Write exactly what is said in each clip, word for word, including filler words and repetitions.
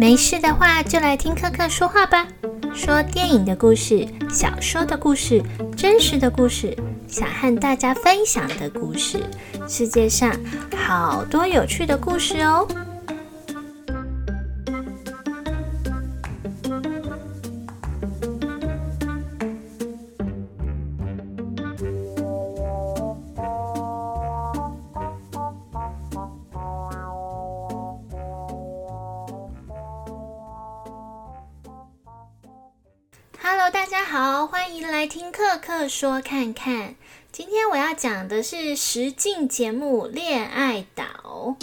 没事的话就来听克克说话吧，说电影的故事、小说的故事、真实的故事，想和大家分享的故事。世界上好多有趣的故事哦。Hello， 大家好，欢迎来听克克说看看。今天我要讲的是实境节目《恋爱岛》。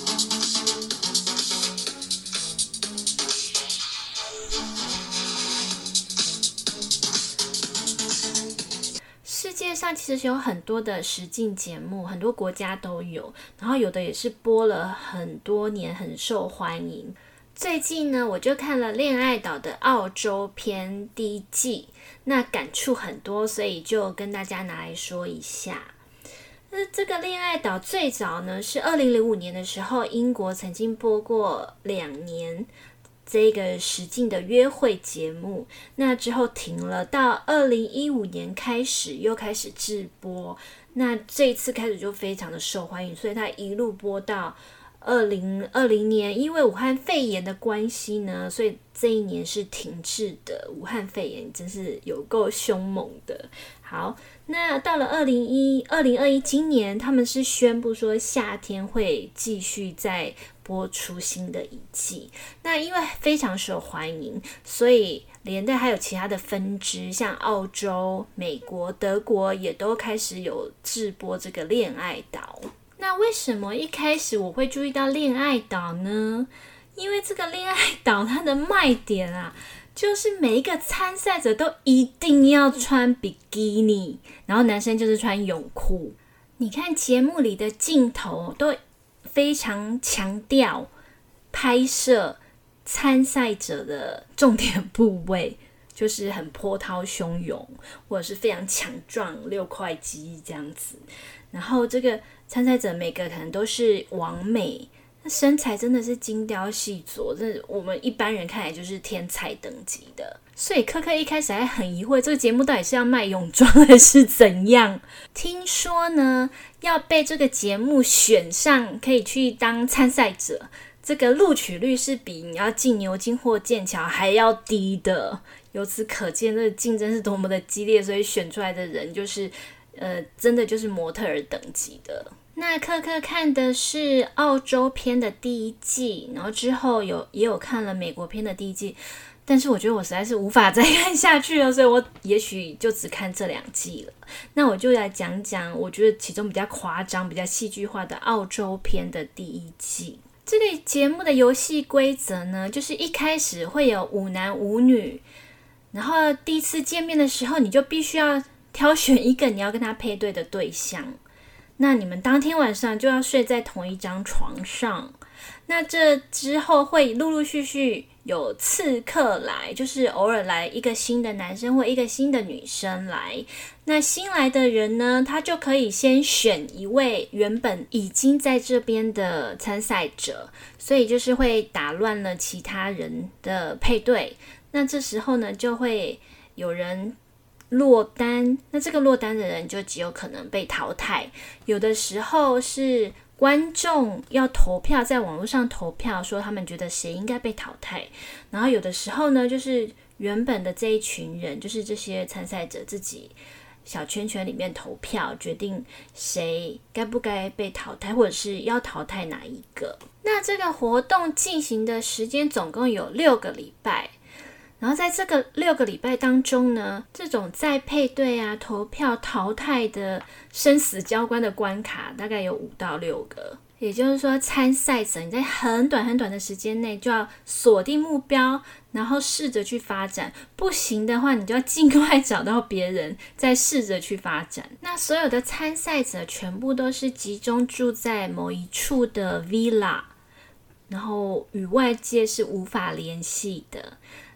世界上其实有很多的实境节目，很多国家都有，然后有的也是播了很多年，很受欢迎。最近呢，我就看了《恋爱岛》的澳洲篇第一季，那感触很多，所以就跟大家拿来说一下。那这个《恋爱岛》最早呢是二零零五年的时候，英国曾经播过两年这个实境的约会节目，那之后停了，到二零一五年开始又开始制播，那这一次开始就非常的受欢迎，所以它一路播到二零二零年，因为武汉肺炎的关系呢，所以这一年是停滞的。武汉肺炎真是有够凶猛的。好，那到了二零二一今年，他们是宣布说夏天会继续再播出新的一季。那因为非常受欢迎，所以连带还有其他的分支，像澳洲、美国、德国也都开始有制播这个恋爱岛。那为什么一开始我会注意到恋爱岛呢？因为这个恋爱岛它的卖点啊，就是每一个参赛者都一定要穿比基尼，然后男生就是穿泳裤。你看节目里的镜头都非常强调拍摄参赛者的重点部位，就是很波涛汹涌，或者是非常强壮六块肌这样子。然后这个参赛者每个可能都是完美，那身材真的是精雕细琢，这我们一般人看来就是天才等级的。所以科科一开始还很疑惑，这个节目到底是要卖泳装还是怎样？听说呢，要被这个节目选上可以去当参赛者，这个录取率是比你要进牛津或剑桥还要低的。由此可见，这个竞争是多么的激烈，所以选出来的人就是呃，真的就是模特儿等级的。那克克看的是澳洲篇的第一季，然后之后有也有看了美国篇的第一季，但是我觉得我实在是无法再看下去了，所以我也许就只看这两季了。那我就来讲讲我觉得其中比较夸张、比较戏剧化的澳洲篇的第一季。这个节目的游戏规则呢，就是一开始会有五男五女，然后第一次见面的时候，你就必须要挑选一个你要跟他配对的对象，那你们当天晚上就要睡在同一张床上。那这之后会陆陆续续有刺客来，就是偶尔来一个新的男生或一个新的女生来。那新来的人呢，他就可以先选一位原本已经在这边的参赛者，所以就是会打乱了其他人的配对。那这时候呢，就会有人落单，那这个落单的人就极有可能被淘汰。有的时候是观众要投票，在网络上投票说他们觉得谁应该被淘汰，然后有的时候呢，就是原本的这一群人，就是这些参赛者自己小圈圈里面投票，决定谁该不该被淘汰，或者是要淘汰哪一个。那这个活动进行的时间总共有六个礼拜，然后在这个六个礼拜当中呢，这种再配对啊、投票淘汰的生死交关的关卡大概有五到六个。也就是说，参赛者你在很短很短的时间内就要锁定目标，然后试着去发展。不行的话，你就要尽快找到别人，再试着去发展。那所有的参赛者全部都是集中住在某一处的 villa， 然后与外界是无法联系的。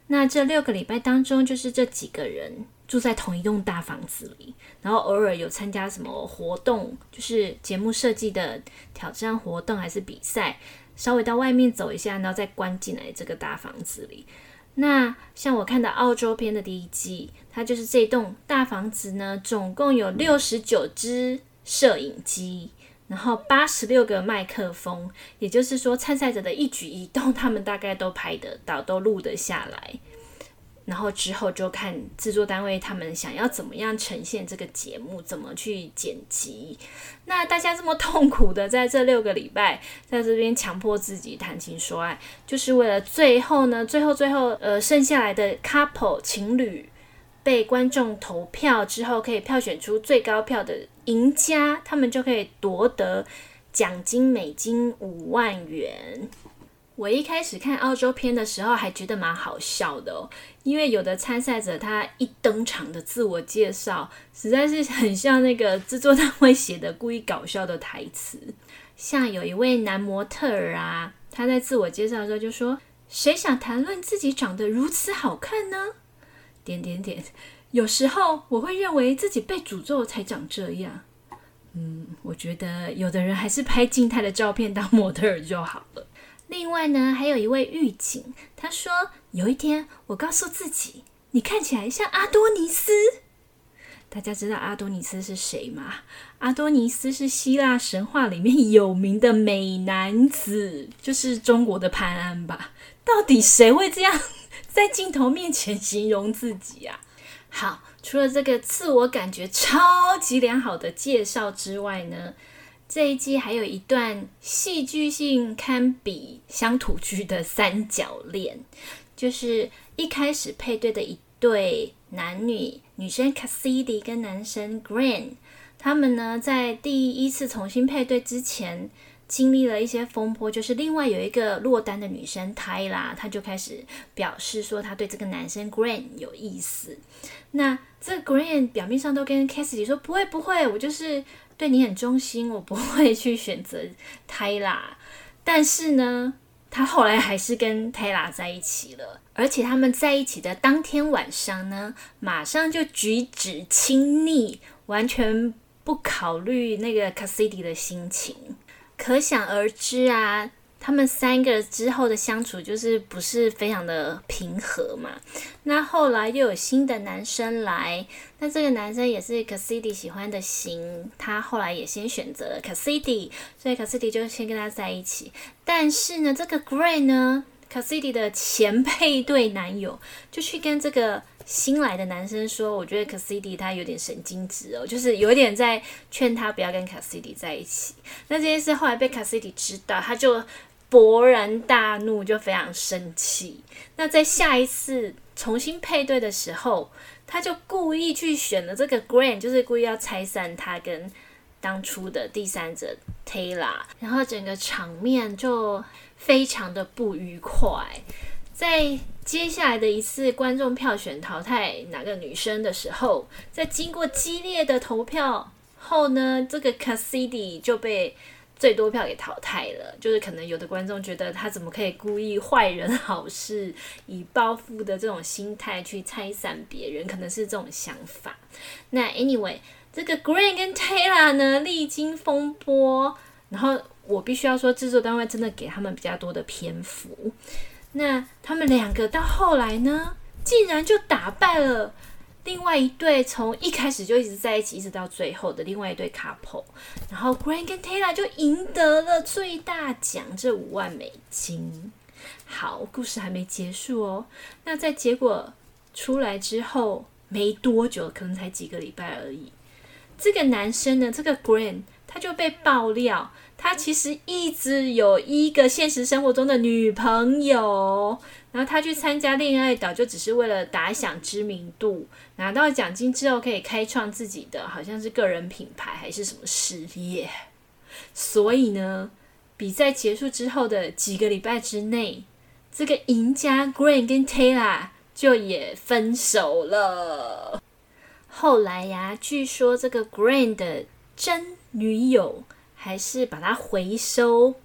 那这六个礼拜当中，就是这几个人住在同一栋大房子里，然后偶尔有参加什么活动，就是节目设计的挑战活动还是比赛，稍微到外面走一下，然后再关进来这个大房子里。那像我看到澳洲篇的第一季，它就是这栋大房子呢，总共有六十九只摄影机，然后八十六个麦克风，也就是说参赛者的一举一动他们大概都拍得到，都录得下来。然后之后就看制作单位他们想要怎么样呈现这个节目，怎么去剪辑。那大家这么痛苦的在这六个礼拜在这边强迫自己谈情说爱，就是为了最后呢最后最后呃剩下来的 couple 情侣被观众投票之后可以票选出最高票的赢家，他们就可以夺得奖金美金五万元。我一开始看澳洲篇的时候还觉得蛮好笑的哦，因为有的参赛者他一登场的自我介绍实在是很像那个制作单位写的故意搞笑的台词。像有一位男模特儿啊，他在自我介绍的时候就说，谁想谈论自己长得如此好看呢？点点点，有时候我会认为自己被诅咒才长这样。嗯，我觉得有的人还是拍静态的照片当模特儿就好了。另外呢，还有一位狱警，他说有一天我告诉自己，你看起来像阿多尼斯。大家知道阿多尼斯是谁吗？阿多尼斯是希腊神话里面有名的美男子，就是中国的潘安吧。到底谁会这样在镜头面前形容自己啊？好，除了这个自我感觉超级良好的介绍之外呢，这一季还有一段戏剧性堪比乡土剧的三角恋，就是一开始配对的一对男女，女生 Cassidy 跟男生 Grant， 他们呢在第一次重新配对之前经历了一些风波，就是另外有一个落单的女生 Tyla， 她就开始表示说她对这个男生 Grant 有意思。那这个 Grant 表面上都跟 Cassidy 说不会不会，我就是对你很忠心，我不会去选择 Tyla。 但是呢他后来还是跟 Tyla 在一起了，而且他们在一起的当天晚上呢，马上就举止亲昵，完全不考虑那个 Cassidy 的心情。可想而知啊，他们三个之后的相处就是不是非常的平和嘛。那后来又有新的男生来，那这个男生也是 Cassidy 喜欢的型，他后来也先选择了 Cassidy， 所以 Cassidy 就先跟他在一起。但是呢，这个 Gray 呢， Cassidy 的前配对男友就去跟这个新来的男生说，我觉得 Cassidy 他有点神经质哦，就是有点在劝他不要跟 Cassidy 在一起。那这件事后来被 Cassidy 知道，他就勃然大怒，就非常生气。那在下一次重新配对的时候，他就故意去选了这个 Grant， 就是故意要拆散他跟当初的第三者 Taylor， 然后整个场面就非常的不愉快。在接下来的一次观众票选淘汰哪个女生的时候，在经过激烈的投票后呢，这个 Cassidy 就被最多票给淘汰了。就是可能有的观众觉得他怎么可以故意坏人好事，以报复的这种心态去拆散别人，可能是这种想法。那 anyway， 这个 Grant 跟 Taylor 呢历经风波，然后我必须要说制作单位真的给他们比较多的篇幅。那他们两个到后来呢，竟然就打败了另外一对从一开始就一直在一起一直到最后的另外一对 couple， 然后 Grant 跟 Taylor 就赢得了最大奖，这五万美金。好，故事还没结束哦。那在结果出来之后没多久，可能才几个礼拜而已，这个男生呢，这个 Grant 他就被爆料，他其实一直有一个现实生活中的女朋友，然后他去参加恋爱岛就只是为了打响知名度，拿到奖金之后可以开创自己的好像是个人品牌还是什么事业。所以呢，比赛结束之后的几个礼拜之内，这个赢家 Grant 跟 Taylor 就也分手了。后来呀，据说这个 Grant 的真女友还是把他回收，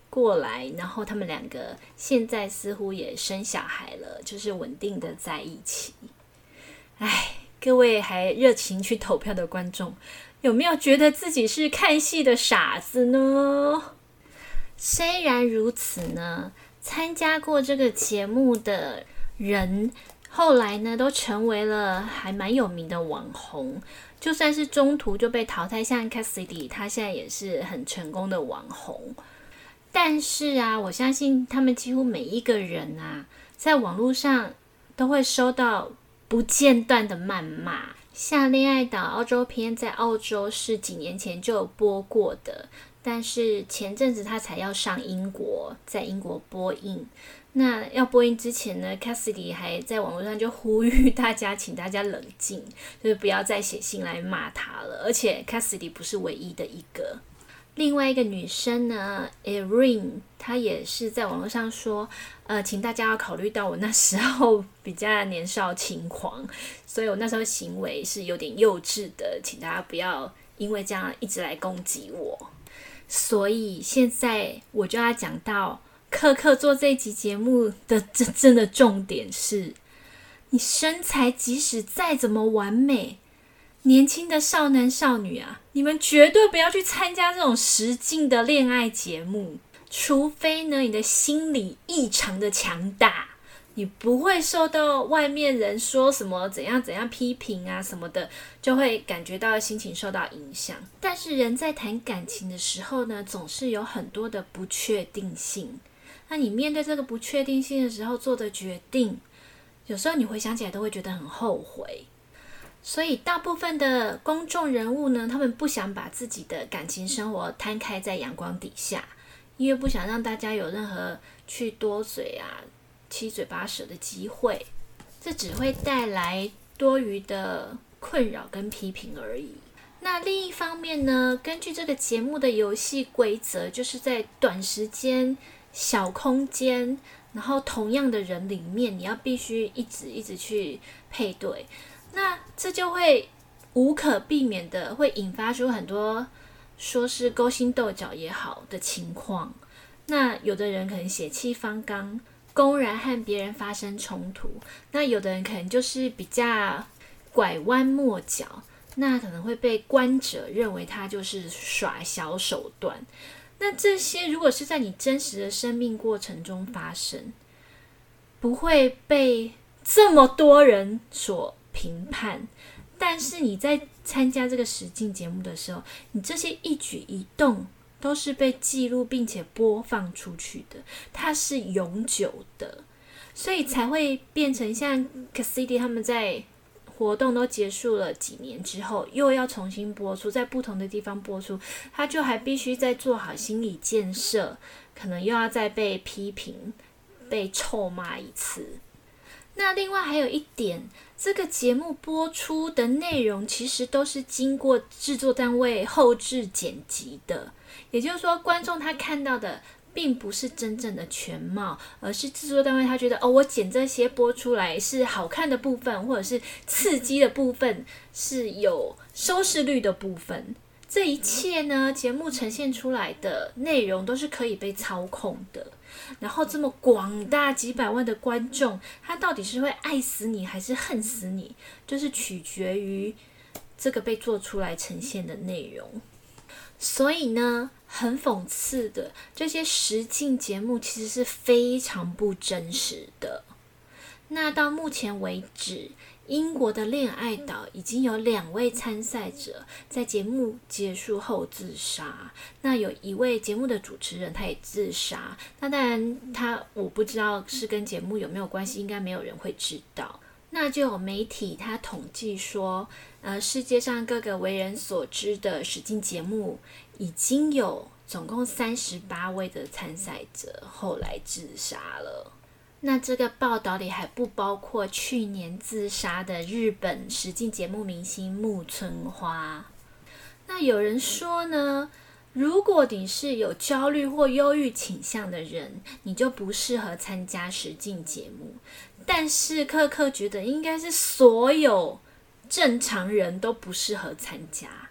过来，然后他们两个现在似乎也生小孩了，就是稳定的在一起。哎，各位还热情去投票的观众，有没有觉得自己是看戏的傻子呢？虽然如此呢，参加过这个节目的人后来呢都成为了还蛮有名的网红，就算是中途就被淘汰，像 Cassidy 他现在也是很成功的网红。但是啊，我相信他们几乎每一个人啊，在网络上都会收到不间断的谩骂。像恋爱岛澳洲篇在澳洲是几年前就有播过的，但是前阵子他才要上英国，在英国播映。那要播映之前呢 Cassidy 还在网络上就呼吁大家，请大家冷静，就是不要再写信来骂他了。而且 Cassidy 不是唯一的一个，另外一个女生呢 Erin 她也是在网络上说呃，请大家要考虑到我那时候比较年少轻狂，所以我那时候行为是有点幼稚的，请大家不要因为这样一直来攻击我。所以现在我就要讲到克克做这集节目的真正的重点是，你身材即使再怎么完美，年轻的少男少女啊，你们绝对不要去参加这种实境的恋爱节目，除非呢你的心理异常的强大，你不会受到外面人说什么怎样怎样批评啊什么的，就会感觉到心情受到影响。但是人在谈感情的时候呢，总是有很多的不确定性。那你面对这个不确定性的时候做的决定，有时候你回想起来都会觉得很后悔。所以大部分的公众人物呢，他们不想把自己的感情生活摊开在阳光底下，因为不想让大家有任何去多嘴啊七嘴八舌的机会，这只会带来多余的困扰跟批评而已。那另一方面呢，根据这个节目的游戏规则，就是在短时间小空间，然后同样的人里面，你要必须一直一直去配对，那这就会无可避免的会引发出很多说是勾心斗角也好的情况。那有的人可能血气方刚，公然和别人发生冲突，那有的人可能就是比较拐弯抹角，那可能会被观者认为他就是耍小手段。那这些如果是在你真实的生命过程中发生，不会被这么多人所评判，但是你在参加这个实境节目的时候，你这些一举一动都是被记录并且播放出去的，它是永久的，所以才会变成像 Cassidy 他们在活动都结束了几年之后，又要重新播出，在不同的地方播出，他就还必须再做好心理建设，可能又要再被批评、被臭骂一次。那另外还有一点，这个节目播出的内容其实都是经过制作单位后制剪辑的，也就是说观众他看到的并不是真正的全貌，而是制作单位他觉得哦，我剪这些播出来是好看的部分，或者是刺激的部分，是有收视率的部分。这一切呢，节目呈现出来的内容都是可以被操控的。然后这么广大几百万的观众，他到底是会爱死你还是恨死你，就是取决于这个被做出来呈现的内容。所以呢，很讽刺的，这些实境节目其实是非常不真实的。那到目前为止，英国的恋爱岛已经有两位参赛者在节目结束后自杀，那有一位节目的主持人他也自杀，那当然他我不知道是跟节目有没有关系，应该没有人会知道。那就有媒体他统计说，呃，世界上各个为人所知的实境节目已经有总共三十八位的参赛者后来自杀了。那这个报道里还不包括去年自杀的日本实境节目明星木村花。那有人说呢，如果你是有焦虑或忧郁倾向的人，你就不适合参加实境节目。但是克克觉得应该是所有正常人都不适合参加，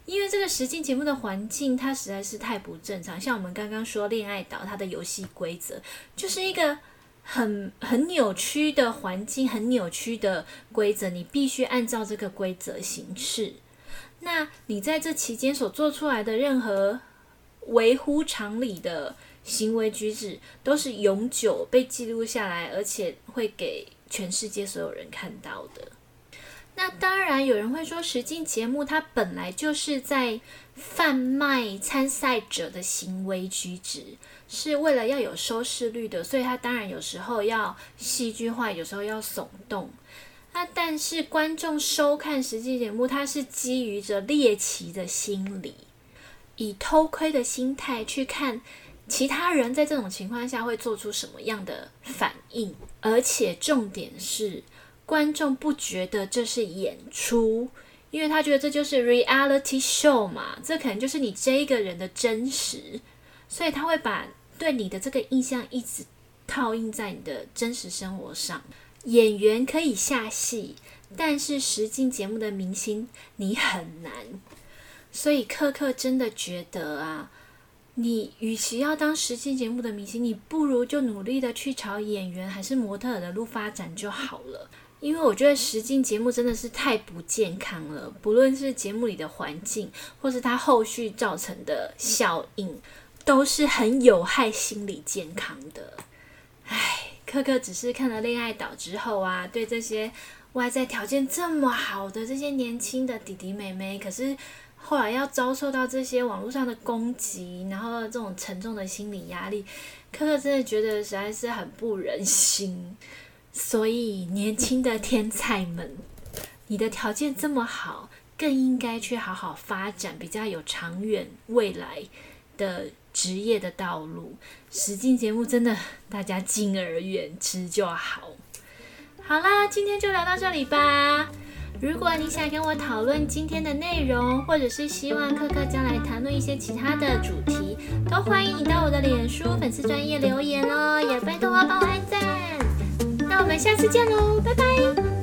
因为这个实境节目的环境它实在是太不正常，像我们刚刚说恋爱岛它的游戏规则就是一个很很扭曲的环境，很扭曲的规则，你必须按照这个规则行事。那你在这期间所做出来的任何违乎常理的行为举止都是永久被记录下来，而且会给全世界所有人看到的。那当然有人会说实境节目它本来就是在贩卖参赛者的行为举止，是为了要有收视率的，所以它当然有时候要戏剧化，有时候要耸动。那但是观众收看实境节目，它是基于着猎奇的心理，以偷窥的心态去看其他人在这种情况下会做出什么样的反应，而且重点是观众不觉得这是演出，因为他觉得这就是 reality show 嘛，这可能就是你这一个人的真实，所以他会把对你的这个印象一直套印在你的真实生活上。演员可以下戏，但是实境节目的明星你很难。所以克克真的觉得啊，你与其要当实境节目的明星，你不如就努力的去朝演员还是模特儿的路发展就好了。因为我觉得实境节目真的是太不健康了，不论是节目里的环境，或是它后续造成的效应，都是很有害心理健康的。唉，克克只是看了恋爱岛之后啊，对这些外在条件这么好的这些年轻的弟弟妹妹，可是后来要遭受到这些网络上的攻击，然后这种沉重的心理压力，克克真的觉得实在是很不忍心。所以年轻的天才们，你的条件这么好，更应该去好好发展比较有长远未来的职业的道路。实境节目真的大家敬而远之就好。好啦，今天就聊到这里吧。如果你想跟我讨论今天的内容，或者是希望克克将来谈论一些其他的主题，都欢迎你到我的脸书粉丝专页留言哦，也拜托帮我按赞。那我们下次见喽，拜拜。